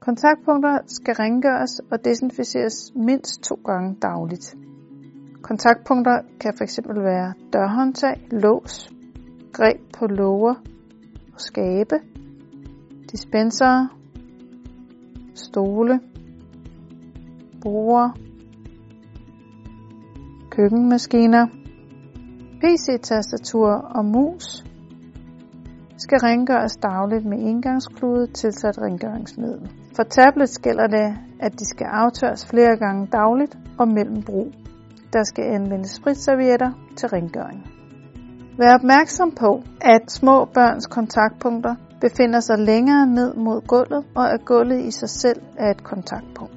Kontaktpunkter skal rengøres og desinficeres mindst 2 gange dagligt. Kontaktpunkter kan fx være dørhåndtag, lås, greb på låger og skabe, dispenser, stole, borde, køkkenmaskiner, PC-tastatur og mus skal rengøres dagligt med engangsklude tilsat rengøringsmiddel. For tablets gælder det, at de skal aftørres flere gange dagligt og mellem brug. Der skal anvendes spritservietter til rengøring. Vær opmærksom på, at små børns kontaktpunkter befinder sig længere ned mod gulvet, og at gulvet i sig selv er et kontaktpunkt.